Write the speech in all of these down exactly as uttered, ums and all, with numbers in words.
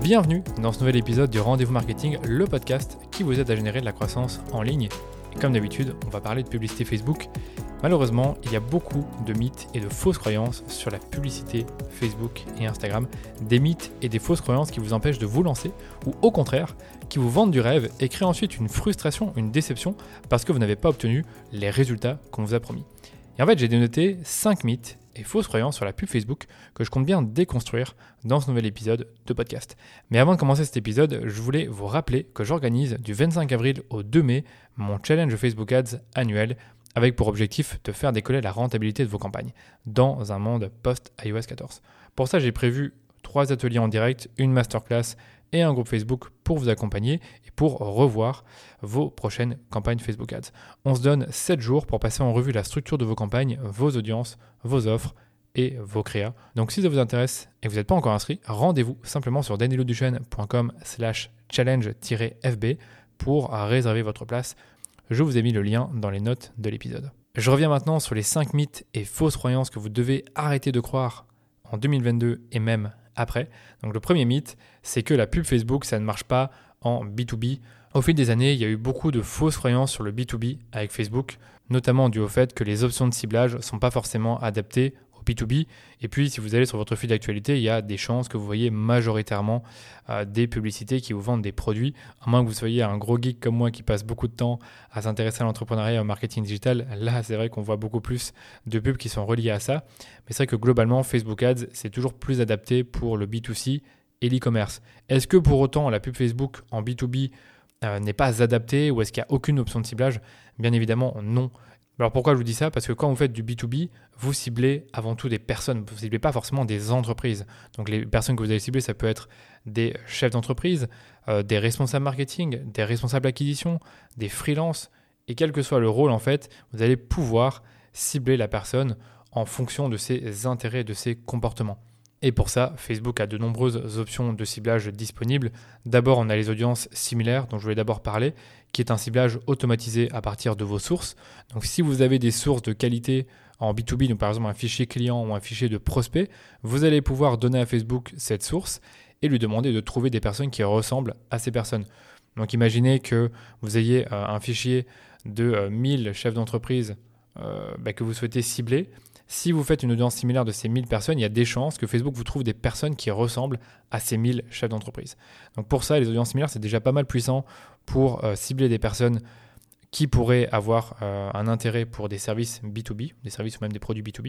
Bienvenue dans ce nouvel épisode du Rendez-vous Marketing, le podcast qui vous aide à générer de la croissance en ligne. Et comme d'habitude, on va parler de publicité Facebook. Malheureusement, il y a beaucoup de mythes et de fausses croyances sur la publicité Facebook et Instagram. Des mythes et des fausses croyances qui vous empêchent de vous lancer ou au contraire, qui vous vendent du rêve et créent ensuite une frustration, une déception parce que vous n'avez pas obtenu les résultats qu'on vous a promis. Et en fait, j'ai dénoté cinq mythes et fausses croyances sur la pub Facebook que je compte bien déconstruire dans ce nouvel épisode de podcast. Mais avant de commencer cet épisode, je voulais vous rappeler que j'organise du vingt-cinq avril au deux mai mon challenge Facebook Ads annuel avec pour objectif de faire décoller la rentabilité de vos campagnes dans un monde post-i O S quatorze. Pour ça, j'ai prévu trois ateliers en direct, une masterclass et un groupe Facebook pour vous accompagner et pour revoir vos prochaines campagnes Facebook Ads. On se donne sept jours pour passer en revue la structure de vos campagnes, vos audiences, vos offres et vos créas. Donc si ça vous intéresse et que vous n'êtes pas encore inscrit, rendez-vous simplement sur danielauduchesne.com slash challenge-fb pour réserver votre place. Je vous ai mis le lien dans les notes de l'épisode. Je reviens maintenant sur les cinq mythes et fausses croyances que vous devez arrêter de croire en deux mille vingt-deux et même après. Donc le premier mythe, c'est que la pub Facebook, ça ne marche pas en B deux B. Au fil des années, il y a eu beaucoup de fausses croyances sur le B deux B avec Facebook, notamment dû au fait que les options de ciblage ne sont pas forcément adaptées au B deux B. Et puis, si vous allez sur votre fil d'actualité, il y a des chances que vous voyez majoritairement euh, des publicités qui vous vendent des produits. À moins que vous soyez un gros geek comme moi qui passe beaucoup de temps à s'intéresser à l'entrepreneuriat et au marketing digital. Là, c'est vrai qu'on voit beaucoup plus de pubs qui sont reliées à ça. Mais c'est vrai que globalement, Facebook Ads, c'est toujours plus adapté pour le B deux C et l'e-commerce. Est-ce que pour autant, la pub Facebook en B deux B euh, n'est pas adaptée ou est-ce qu'il n'y a aucune option de ciblage ? Bien évidemment, non. Alors pourquoi je vous dis ça ? Parce que quand vous faites du B deux B, vous ciblez avant tout des personnes, vous ne ciblez pas forcément des entreprises. Donc les personnes que vous allez cibler, ça peut être des chefs d'entreprise, euh, des responsables marketing, des responsables acquisition, des freelances. Et quel que soit le rôle, en fait, vous allez pouvoir cibler la personne en fonction de ses intérêts, de ses comportements. Et pour ça, Facebook a de nombreuses options de ciblage disponibles. D'abord, on a les audiences similaires, dont je voulais d'abord parler, qui est un ciblage automatisé à partir de vos sources. Donc si vous avez des sources de qualité en B deux B, donc par exemple un fichier client ou un fichier de prospect, vous allez pouvoir donner à Facebook cette source et lui demander de trouver des personnes qui ressemblent à ces personnes. Donc imaginez que vous ayez euh, un fichier de euh, mille chefs d'entreprise euh, bah, que vous souhaitez cibler. Si vous faites une audience similaire de ces mille personnes, il y a des chances que Facebook vous trouve des personnes qui ressemblent à ces mille chefs d'entreprise. Donc pour ça, les audiences similaires, c'est déjà pas mal puissant pour euh, cibler des personnes qui pourraient avoir euh, un intérêt pour des services B deux B, des services ou même des produits B deux B.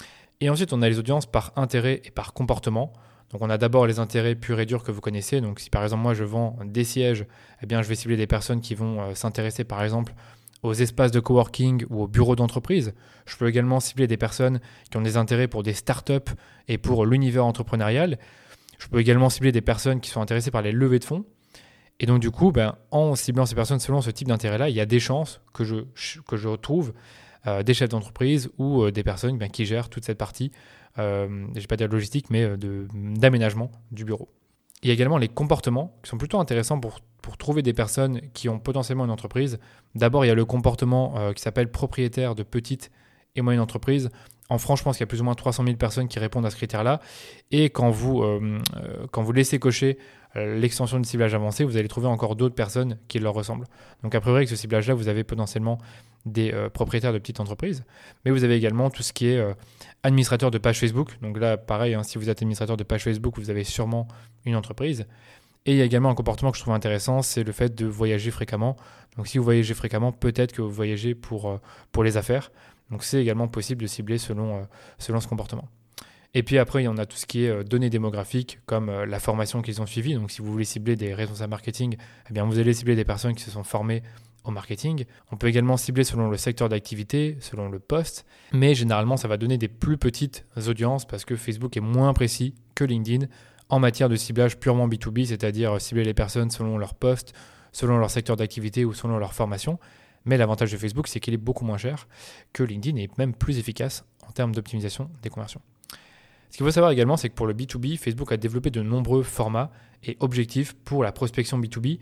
Et ensuite, on a les audiences par intérêt et par comportement. Donc on a d'abord les intérêts purs et durs que vous connaissez. Donc si par exemple moi je vends des sièges, eh bien je vais cibler des personnes qui vont euh, s'intéresser par exemple aux espaces de coworking ou aux bureaux d'entreprise. Je peux également cibler des personnes qui ont des intérêts pour des startups et pour l'univers entrepreneurial. Je peux également cibler des personnes qui sont intéressées par les levées de fonds. Et donc du coup, ben, en ciblant ces personnes selon ce type d'intérêt-là, il y a des chances que je, que je retrouve euh, des chefs d'entreprise ou euh, des personnes ben, qui gèrent toute cette partie, euh, je ne vais pas dire de logistique, mais euh, de, d'aménagement du bureau. Il y a également les comportements qui sont plutôt intéressants pour, pour trouver des personnes qui ont potentiellement une entreprise. D'abord, il y a le comportement euh, qui s'appelle propriétaire de petites et moyennes entreprises. En France, je pense qu'il y a plus ou moins trois cent mille personnes qui répondent à ce critère-là. Et quand vous, euh, euh, quand vous laissez cocher euh, l'extension de ciblage avancé, vous allez trouver encore d'autres personnes qui leur ressemblent. Donc, a priori, avec ce ciblage-là, vous avez potentiellement des euh, propriétaires de petites entreprises. Mais vous avez également tout ce qui est euh, administrateur de page Facebook. Donc là, pareil, hein, si vous êtes administrateur de page Facebook, vous avez sûrement une entreprise. Et il y a également un comportement que je trouve intéressant, c'est le fait de voyager fréquemment. Donc si vous voyagez fréquemment, peut-être que vous voyagez pour, euh, pour les affaires. Donc c'est également possible de cibler selon, euh, selon ce comportement. Et puis après, on a tout ce qui est euh, données démographiques, comme euh, la formation qu'ils ont suivie. Donc si vous voulez cibler des responsables marketing, eh bien, vous allez cibler des personnes qui se sont formées au marketing. On peut également cibler selon le secteur d'activité, selon le poste, mais généralement, ça va donner des plus petites audiences parce que Facebook est moins précis que LinkedIn en matière de ciblage purement B deux B, c'est-à-dire cibler les personnes selon leur poste, selon leur secteur d'activité ou selon leur formation. Mais l'avantage de Facebook, c'est qu'il est beaucoup moins cher que LinkedIn et même plus efficace en termes d'optimisation des conversions. Ce qu'il faut savoir également, c'est que pour le B deux B, Facebook a développé de nombreux formats et objectifs pour la prospection B deux B,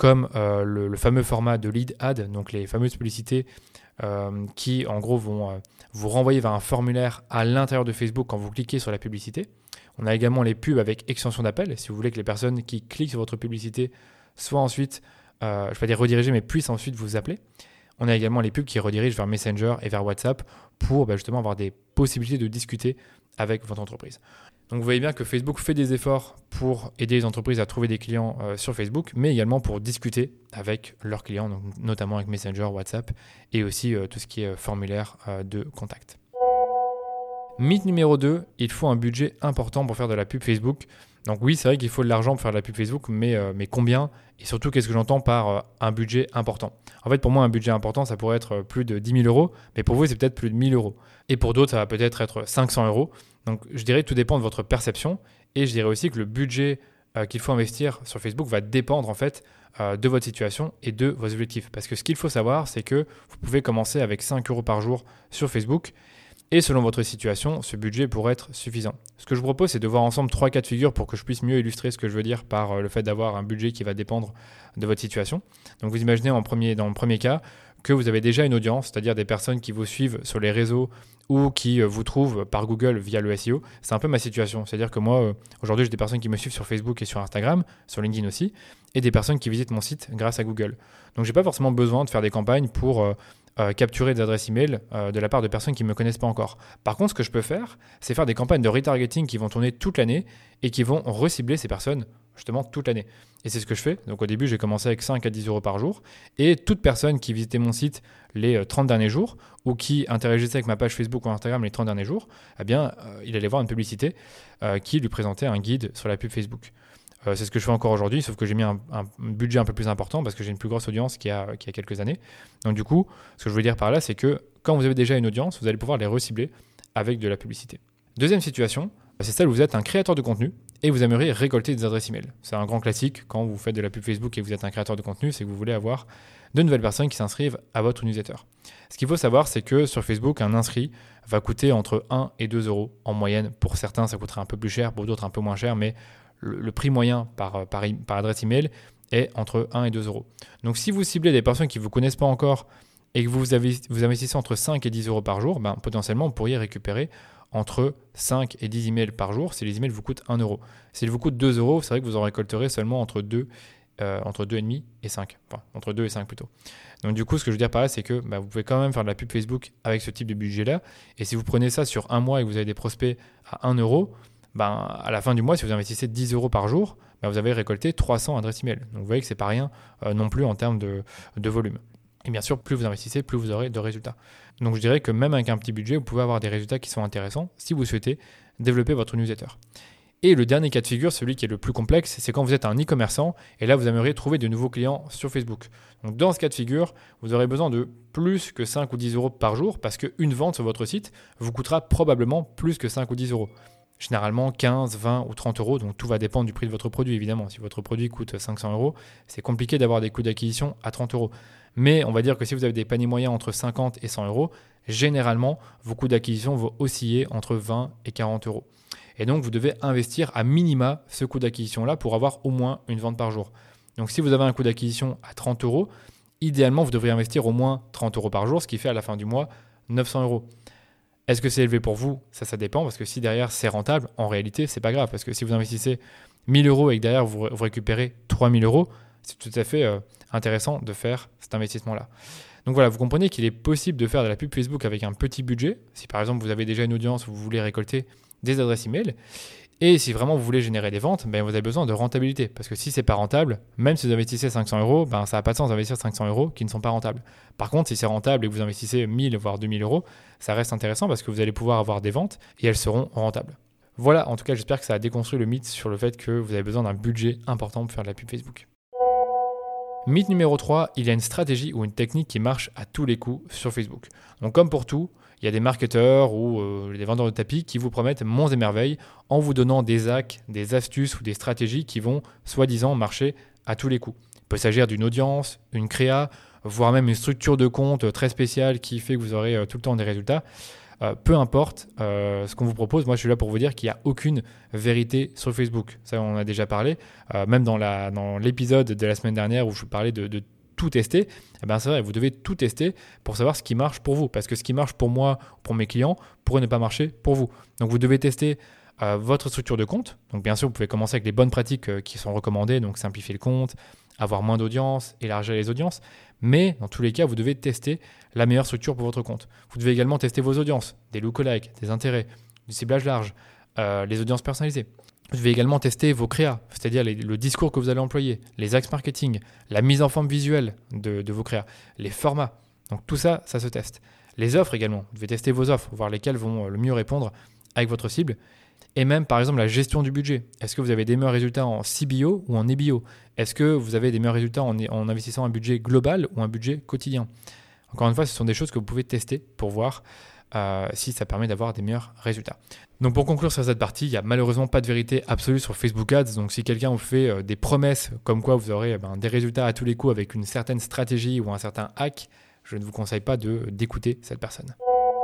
comme euh, le, le fameux format de lead ad, donc les fameuses publicités euh, qui en gros vont euh, vous renvoyer vers un formulaire à l'intérieur de Facebook quand vous cliquez sur la publicité. On a également les pubs avec extension d'appel, si vous voulez que les personnes qui cliquent sur votre publicité soient ensuite, euh, je ne vais pas dire redirigées, mais puissent ensuite vous appeler. On a également les pubs qui redirigent vers Messenger et vers WhatsApp pour bah, justement avoir des possibilités de discuter avec votre entreprise. Donc vous voyez bien que Facebook fait des efforts pour aider les entreprises à trouver des clients euh, sur Facebook, mais également pour discuter avec leurs clients, donc notamment avec Messenger, WhatsApp et aussi euh, tout ce qui est formulaire euh, de contact. Mythe numéro deux, il faut un budget important pour faire de la pub Facebook. Donc oui, c'est vrai qu'il faut de l'argent pour faire de la pub Facebook, mais, euh, mais combien ? Et surtout, qu'est-ce que j'entends par euh, un budget important ? En fait, pour moi, un budget important, ça pourrait être plus de dix mille euros, mais pour vous, c'est peut-être plus de mille euros. Et pour d'autres, ça va peut-être être cinq cents euros. Donc je dirais que tout dépend de votre perception. Et je dirais aussi que le budget euh, qu'il faut investir sur Facebook va dépendre en fait euh, de votre situation et de vos objectifs. Parce que ce qu'il faut savoir, c'est que vous pouvez commencer avec cinq euros par jour sur Facebook. Et selon votre situation, ce budget pourrait être suffisant. Ce que je vous propose, c'est de voir ensemble trois cas de figure pour que je puisse mieux illustrer ce que je veux dire par le fait d'avoir un budget qui va dépendre de votre situation. Donc vous imaginez en premier, dans le premier cas que vous avez déjà une audience, c'est-à-dire des personnes qui vous suivent sur les réseaux ou qui vous trouvent par Google via le S E O. C'est un peu ma situation. C'est-à-dire que moi, aujourd'hui, j'ai des personnes qui me suivent sur Facebook et sur Instagram, sur LinkedIn aussi, et des personnes qui visitent mon site grâce à Google. Donc je n'ai pas forcément besoin de faire des campagnes pour... Euh, Euh, capturer des adresses email euh, de la part de personnes qui ne me connaissent pas encore. Par contre, ce que je peux faire, c'est faire des campagnes de retargeting qui vont tourner toute l'année et qui vont recibler ces personnes justement toute l'année. Et c'est ce que je fais. Donc au début, j'ai commencé avec cinq à dix euros par jour et toute personne qui visitait mon site les trente derniers jours ou qui interagissait avec ma page Facebook ou Instagram les trente derniers jours, eh bien, euh, il allait voir une publicité euh, qui lui présentait un guide sur la pub Facebook. Euh, c'est ce que je fais encore aujourd'hui, sauf que j'ai mis un, un budget un peu plus important parce que j'ai une plus grosse audience qu'il y a, qu'il y a quelques années. Donc du coup, ce que je veux dire par là, c'est que quand vous avez déjà une audience, vous allez pouvoir les recibler avec de la publicité. Deuxième situation, c'est celle où vous êtes un créateur de contenu et vous aimeriez récolter des adresses email. C'est un grand classique quand vous faites de la pub Facebook et que vous êtes un créateur de contenu, c'est que vous voulez avoir de nouvelles personnes qui s'inscrivent à votre newsletter. Ce qu'il faut savoir, c'est que sur Facebook, un inscrit va coûter entre un et deux euros en moyenne. Pour certains, ça coûterait un peu plus cher, pour d'autres un peu moins cher, mais le, le prix moyen par, par, par adresse email est entre un et deux euros. Donc si vous ciblez des personnes qui ne vous connaissent pas encore et que vous, avez, vous investissez entre cinq et dix euros par jour, ben, potentiellement vous pourriez récupérer entre cinq et dix emails par jour si les emails vous coûtent un euro. S'ils vous coûtent deux euros, c'est vrai que vous en récolterez seulement entre deux, euh, entre deux virgule cinq et cinq. Enfin, entre deux et cinq plutôt. Donc du coup, ce que je veux dire par là, c'est que bah, vous pouvez quand même faire de la pub Facebook avec ce type de budget-là. Et si vous prenez ça sur un mois et que vous avez des prospects à un euro, ben, à la fin du mois, si vous investissez dix euros par jour, ben, vous avez récolté trois cents adresses email. Donc vous voyez que ce n'est pas rien euh, non plus en termes de, de volume. Et bien sûr, plus vous investissez, plus vous aurez de résultats. Donc je dirais que même avec un petit budget, vous pouvez avoir des résultats qui sont intéressants si vous souhaitez développer votre newsletter. Et le dernier cas de figure, celui qui est le plus complexe, c'est quand vous êtes un e-commerçant et là vous aimeriez trouver de nouveaux clients sur Facebook. Donc dans ce cas de figure, vous aurez besoin de plus que cinq ou dix euros par jour parce qu'une vente sur votre site vous coûtera probablement plus que cinq ou dix euros. Généralement quinze, vingt ou trente euros, donc tout va dépendre du prix de votre produit évidemment. Si votre produit coûte cinq cents euros, c'est compliqué d'avoir des coûts d'acquisition à trente euros. Mais on va dire que si vous avez des paniers moyens entre cinquante et cent euros, généralement vos coûts d'acquisition vont osciller entre vingt et quarante euros. Et donc vous devez investir à minima ce coût d'acquisition-là pour avoir au moins une vente par jour. Donc si vous avez un coût d'acquisition à trente euros, idéalement vous devriez investir au moins trente euros par jour, ce qui fait à la fin du mois neuf cents euros. Est-ce que c'est élevé pour vous ? Ça, ça dépend, parce que si derrière c'est rentable, en réalité, c'est pas grave. Parce que si vous investissez mille euros et que derrière vous, vous récupérez trois mille euros, c'est tout à fait euh, intéressant de faire cet investissement-là. Donc voilà, vous comprenez qu'il est possible de faire de la pub Facebook avec un petit budget. Si par exemple vous avez déjà une audience où vous voulez récolter des adresses email, et si vraiment vous voulez générer des ventes, ben vous avez besoin de rentabilité. Parce que si c'est pas rentable, même si vous investissez cinq cents euros, ben ça n'a pas de sens d'investir cinq cents euros qui ne sont pas rentables. Par contre, si c'est rentable et que vous investissez mille voire deux mille euros, ça reste intéressant parce que vous allez pouvoir avoir des ventes et elles seront rentables. Voilà, en tout cas, j'espère que ça a déconstruit le mythe sur le fait que vous avez besoin d'un budget important pour faire de la pub Facebook. Mythe numéro trois, il y a une stratégie ou une technique qui marche à tous les coups sur Facebook. Donc comme pour tout, il y a des marketeurs ou euh, des vendeurs de tapis qui vous promettent monts et merveilles en vous donnant des hacks, des astuces ou des stratégies qui vont soi-disant marcher à tous les coups. Il peut s'agir d'une audience, une créa, voire même une structure de compte très spéciale qui fait que vous aurez euh, tout le temps des résultats. Euh, peu importe euh, ce qu'on vous propose, moi je suis là pour vous dire qu'il n'y a aucune vérité sur Facebook. Ça, on en a déjà parlé. Euh, même dans, la, dans l'épisode de la semaine dernière où je vous parlais de, de tout tester, eh ben c'est vrai, vous devez tout tester pour savoir ce qui marche pour vous. Parce que ce qui marche pour moi, pour mes clients, pourrait ne pas marcher pour vous. Donc vous devez tester euh, votre structure de compte. Donc bien sûr, vous pouvez commencer avec les bonnes pratiques euh, qui sont recommandées, donc simplifier le compte, avoir moins d'audience, élargir les audiences. Mais dans tous les cas, vous devez tester la meilleure structure pour votre compte. Vous devez également tester vos audiences, des lookalikes, des intérêts, du ciblage large, euh, les audiences personnalisées. Vous devez également tester vos créas, c'est-à-dire les, le discours que vous allez employer, les axes marketing, la mise en forme visuelle de, de vos créas, les formats. Donc tout ça, ça se teste. Les offres également. Vous devez tester vos offres, voir lesquelles vont le mieux répondre avec votre cible. Et même, par exemple, la gestion du budget. Est-ce que vous avez des meilleurs résultats en C B O ou en E B O? Est-ce que vous avez des meilleurs résultats en, en investissant un budget global ou un budget quotidien? Encore une fois, ce sont des choses que vous pouvez tester pour voir euh, si ça permet d'avoir des meilleurs résultats. Donc pour conclure sur cette partie, il n'y a malheureusement pas de vérité absolue sur Facebook Ads. Donc si quelqu'un vous fait euh, des promesses comme quoi vous aurez eh ben, des résultats à tous les coups avec une certaine stratégie ou un certain hack, je ne vous conseille pas de, d'écouter cette personne.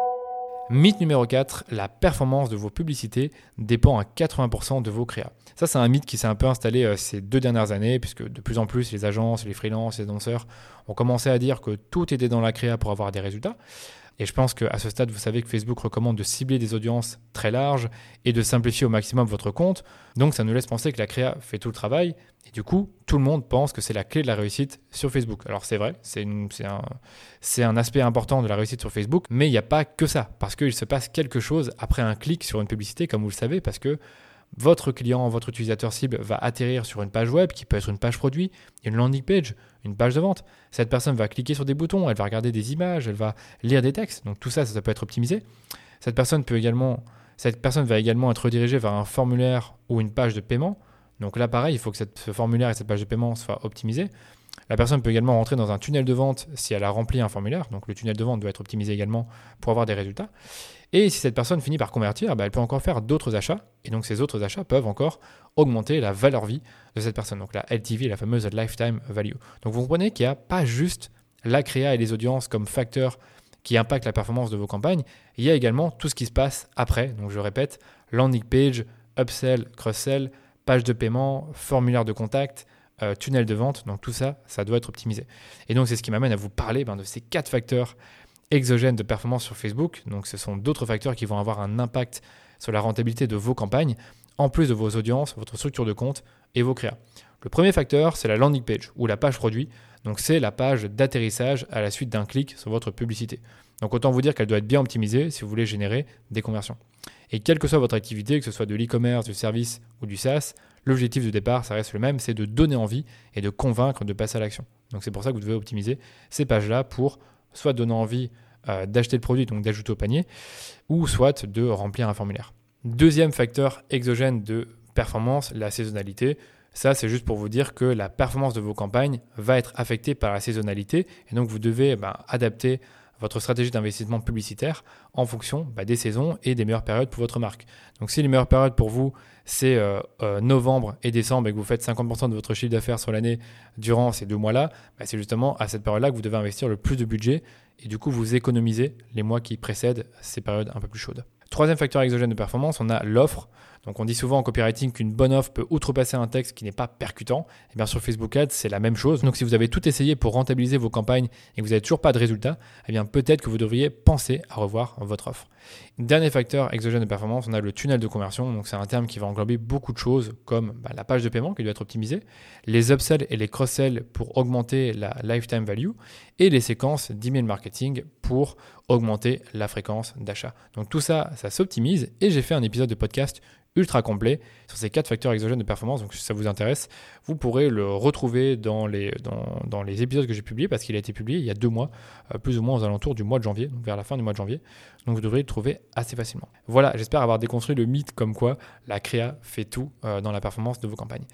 Mythe numéro quatre, la performance de vos publicités dépend à quatre-vingts pour cent de vos créas. Ça, c'est un mythe qui s'est un peu installé euh, ces deux dernières années, puisque de plus en plus, les agences, les freelances, les annonceurs ont commencé à dire que tout était dans la créa pour avoir des résultats. Et je pense qu'à ce stade, vous savez que Facebook recommande de cibler des audiences très larges et de simplifier au maximum votre compte. Donc, ça nous laisse penser que la créa fait tout le travail. Et du coup, tout le monde pense que c'est la clé de la réussite sur Facebook. Alors, c'est vrai, c'est, une, c'est, un, c'est un aspect important de la réussite sur Facebook, mais il n'y a pas que ça. Parce qu'il se passe quelque chose après un clic sur une publicité, comme vous le savez, parce que votre client, votre utilisateur cible va atterrir sur une page web qui peut être une page produit, une landing page, une page de vente. Cette personne va cliquer sur des boutons, elle va regarder des images, elle va lire des textes. Donc tout ça, ça, ça peut être optimisé. Cette personne peut également, cette personne va également être redirigée vers un formulaire ou une page de paiement. Donc là, pareil, il faut que cette, ce formulaire et cette page de paiement soient optimisés. La personne peut également rentrer dans un tunnel de vente si elle a rempli un formulaire. Donc le tunnel de vente doit être optimisé également pour avoir des résultats. Et si cette personne finit par convertir, bah, elle peut encore faire d'autres achats. Et donc ces autres achats peuvent encore augmenter la valeur vie de cette personne. Donc la L T V, la fameuse Lifetime Value. Donc vous comprenez qu'il n'y a pas juste la créa et les audiences comme facteurs qui impactent la performance de vos campagnes. Il y a également tout ce qui se passe après. Donc je répète, landing page, upsell, cross-sell, page de paiement, formulaire de contact, euh, tunnel de vente. Donc tout ça, ça doit être optimisé. Et donc c'est ce qui m'amène à vous parler ben, de ces quatre facteurs exogènes de performance sur Facebook. Donc ce sont d'autres facteurs qui vont avoir un impact sur la rentabilité de vos campagnes, en plus de vos audiences, votre structure de compte et vos créas. Le premier facteur, c'est la landing page ou la page produit. Donc c'est la page d'atterrissage à la suite d'un clic sur votre publicité. Donc autant vous dire qu'elle doit être bien optimisée si vous voulez générer des conversions. Et quelle que soit votre activité, que ce soit de l'e-commerce, du service ou du SaaS, l'objectif de départ, ça reste le même, c'est de donner envie et de convaincre de passer à l'action. Donc c'est pour ça que vous devez optimiser ces pages-là pour soit donner envie euh, d'acheter le produit, donc d'ajouter au panier, ou soit de remplir un formulaire. Deuxième facteur exogène de performance, la saisonnalité. Ça, c'est juste pour vous dire que la performance de vos campagnes va être affectée par la saisonnalité et donc vous devez bah, adapter votre stratégie d'investissement publicitaire en fonction bah, des saisons et des meilleures périodes pour votre marque. Donc si les meilleures périodes pour vous, c'est euh, euh, novembre et décembre et que vous faites cinquante pour cent de votre chiffre d'affaires sur l'année durant ces deux mois-là, bah, c'est justement à cette période-là que vous devez investir le plus de budget et du coup vous économisez les mois qui précèdent ces périodes un peu plus chaudes. Troisième facteur exogène de performance, on a l'offre. Donc on dit souvent en copywriting qu'une bonne offre peut outrepasser un texte qui n'est pas percutant. Et bien sur Facebook Ads, c'est la même chose. Donc si vous avez tout essayé pour rentabiliser vos campagnes et que vous n'avez toujours pas de résultats, eh bien peut-être que vous devriez penser à revoir votre offre. Dernier facteur exogène de performance, on a le tunnel de conversion. Donc c'est un terme qui va englober beaucoup de choses comme bah, la page de paiement qui doit être optimisée, les upsells et les cross-sells pour augmenter la lifetime value et les séquences d'email marketing pour augmenter la fréquence d'achat. Donc tout ça, ça s'optimise et j'ai fait un épisode de podcast ultra complet sur ces quatre facteurs exogènes de performance. Donc si ça vous intéresse, vous pourrez le retrouver dans les, dans, dans les épisodes que j'ai publiés parce qu'il a été publié il y a deux mois, euh, plus ou moins aux alentours du mois de janvier, donc vers la fin du mois de janvier. Donc vous devrez le trouver assez facilement. Voilà, j'espère avoir déconstruit le mythe comme quoi la créa fait tout euh, dans la performance de vos campagnes.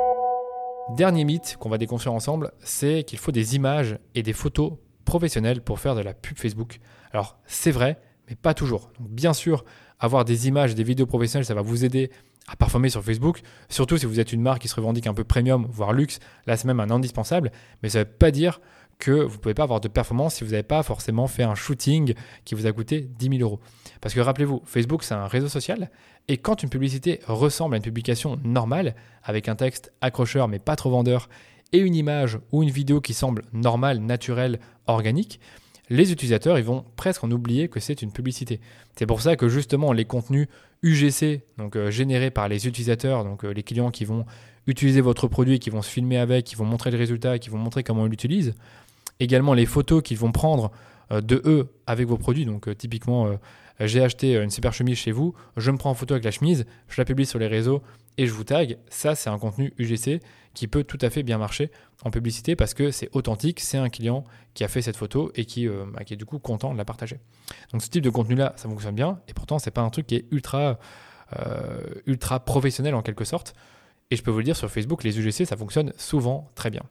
Dernier mythe qu'on va déconstruire ensemble, c'est qu'il faut des images et des photos professionnelles pour faire de la pub Facebook. Alors c'est vrai, mais pas toujours. Donc bien sûr, avoir des images, des vidéos professionnelles, ça va vous aider à performer sur Facebook, surtout si vous êtes une marque qui se revendique un peu premium, voire luxe. Là, c'est même un indispensable, mais ça ne veut pas dire que vous ne pouvez pas avoir de performance si vous n'avez pas forcément fait un shooting qui vous a coûté dix mille euros. Parce que rappelez-vous, Facebook, c'est un réseau social et quand une publicité ressemble à une publication normale, avec un texte accrocheur mais pas trop vendeur et une image ou une vidéo qui semble normale, naturelle, organique, les utilisateurs ils vont presque en oublier que c'est une publicité. C'est pour ça que justement les contenus U G C, donc euh, générés par les utilisateurs, donc euh, les clients qui vont utiliser votre produit, qui vont se filmer avec, qui vont montrer le résultat, qui vont montrer comment ils l'utilisent, également les photos qu'ils vont prendre euh, de eux avec vos produits, donc euh, typiquement euh, j'ai acheté une super chemise chez vous, je me prends en photo avec la chemise, je la publie sur les réseaux et je vous tag, ça c'est un contenu U G C qui peut tout à fait bien marcher en publicité parce que c'est authentique, c'est un client qui a fait cette photo et qui, euh, bah, qui est du coup content de la partager. Donc ce type de contenu-là, ça fonctionne bien et pourtant c'est pas un truc qui est ultra, euh, ultra professionnel en quelque sorte. Et je peux vous le dire, sur Facebook, les U G C, ça fonctionne souvent très bien.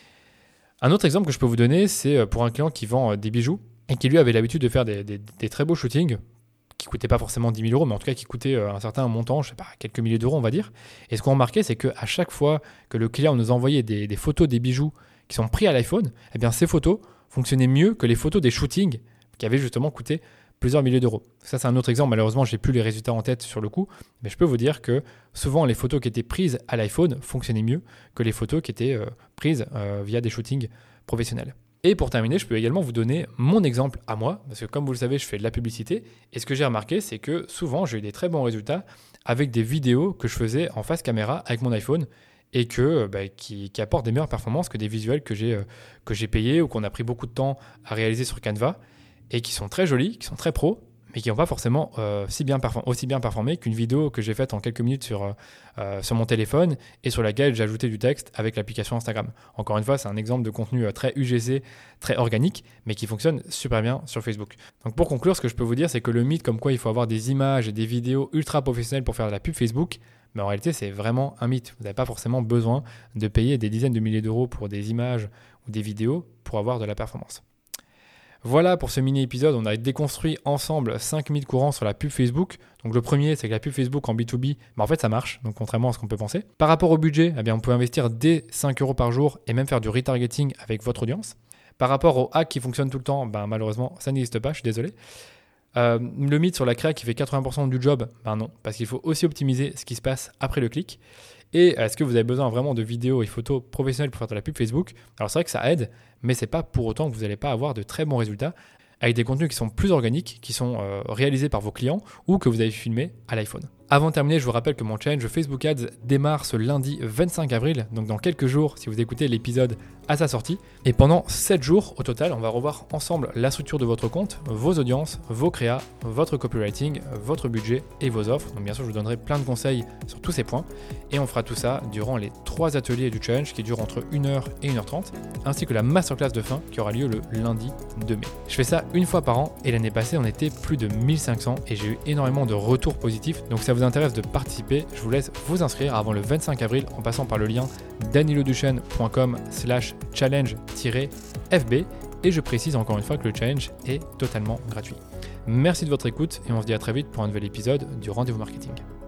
Un autre exemple que je peux vous donner, c'est pour un client qui vend des bijoux et qui lui avait l'habitude de faire des, des, des très beaux shootings qui ne coûtaient pas forcément dix mille euros, mais en tout cas qui coûtaient un certain montant, je ne sais pas, quelques milliers d'euros on va dire. Et ce qu'on remarquait, c'est qu'à chaque fois que le client nous envoyait des, des photos des bijoux qui sont pris à l'iPhone, eh bien ces photos fonctionnaient mieux que les photos des shootings qui avaient justement coûté plusieurs milliers d'euros. Ça, c'est un autre exemple. Malheureusement, je n'ai plus les résultats en tête sur le coup, mais je peux vous dire que souvent, les photos qui étaient prises à l'iPhone fonctionnaient mieux que les photos qui étaient euh, prises euh, via des shootings professionnels. Et pour terminer, je peux également vous donner mon exemple à moi, parce que comme vous le savez, je fais de la publicité, et ce que j'ai remarqué, c'est que souvent, j'ai eu des très bons résultats avec des vidéos que je faisais en face caméra avec mon iPhone, et que, bah, qui, qui apportent des meilleures performances que des visuels que j'ai, euh, que j'ai payés ou qu'on a pris beaucoup de temps à réaliser sur Canva, et qui sont très jolis, qui sont très pros, mais qui n'ont pas forcément euh, si bien perform- aussi bien performé qu'une vidéo que j'ai faite en quelques minutes sur, euh, sur mon téléphone et sur laquelle j'ai ajouté du texte avec l'application Instagram. Encore une fois, c'est un exemple de contenu très U G C, très organique, mais qui fonctionne super bien sur Facebook. Donc pour conclure, ce que je peux vous dire, c'est que le mythe comme quoi il faut avoir des images et des vidéos ultra professionnelles pour faire de la pub Facebook, mais en réalité, c'est vraiment un mythe. Vous n'avez pas forcément besoin de payer des dizaines de milliers d'euros pour des images ou des vidéos pour avoir de la performance. Voilà pour ce mini-épisode, on a déconstruit ensemble cinq mythes courants sur la pub Facebook. Donc le premier, c'est que la pub Facebook en B deux B, bah en fait ça marche, donc contrairement à ce qu'on peut penser. Par rapport au budget, eh bien, on peut investir dès cinq euros par jour et même faire du retargeting avec votre audience. Par rapport au hack qui fonctionne tout le temps, bah, malheureusement ça n'existe pas, je suis désolé. Euh, le mythe sur la créa qui fait quatre-vingts pour cent du job, ben non, parce qu'il faut aussi optimiser ce qui se passe après le clic. Et est-ce que vous avez besoin vraiment de vidéos et photos professionnelles pour faire de la pub Facebook ? Alors c'est vrai que ça aide, mais c'est pas pour autant que vous n'allez pas avoir de très bons résultats avec des contenus qui sont plus organiques, qui sont euh, réalisés par vos clients ou que vous avez filmé à l'iPhone. Avant de terminer, je vous rappelle que mon challenge Facebook Ads démarre ce lundi vingt-cinq avril, donc dans quelques jours si vous écoutez l'épisode à sa sortie. Et pendant sept jours au total, on va revoir ensemble la structure de votre compte, vos audiences, vos créas, votre copywriting, votre budget et vos offres. Donc bien sûr, je vous donnerai plein de conseils sur tous ces points. Et on fera tout ça durant les trois ateliers du challenge qui durent entre une heure et une heure trente, ainsi que la masterclass de fin qui aura lieu le lundi deux mai. Je fais ça une fois par an et l'année passée, on était plus de mille cinq cents et j'ai eu énormément de retours positifs. Donc si ça vous intéresse de participer, je vous laisse vous inscrire avant le vingt-cinq avril en passant par le lien daniloduchesne point com slash challenge F B et je précise encore une fois que le challenge est totalement gratuit. Merci de votre écoute et on se dit à très vite pour un nouvel épisode du Rendez-vous Marketing.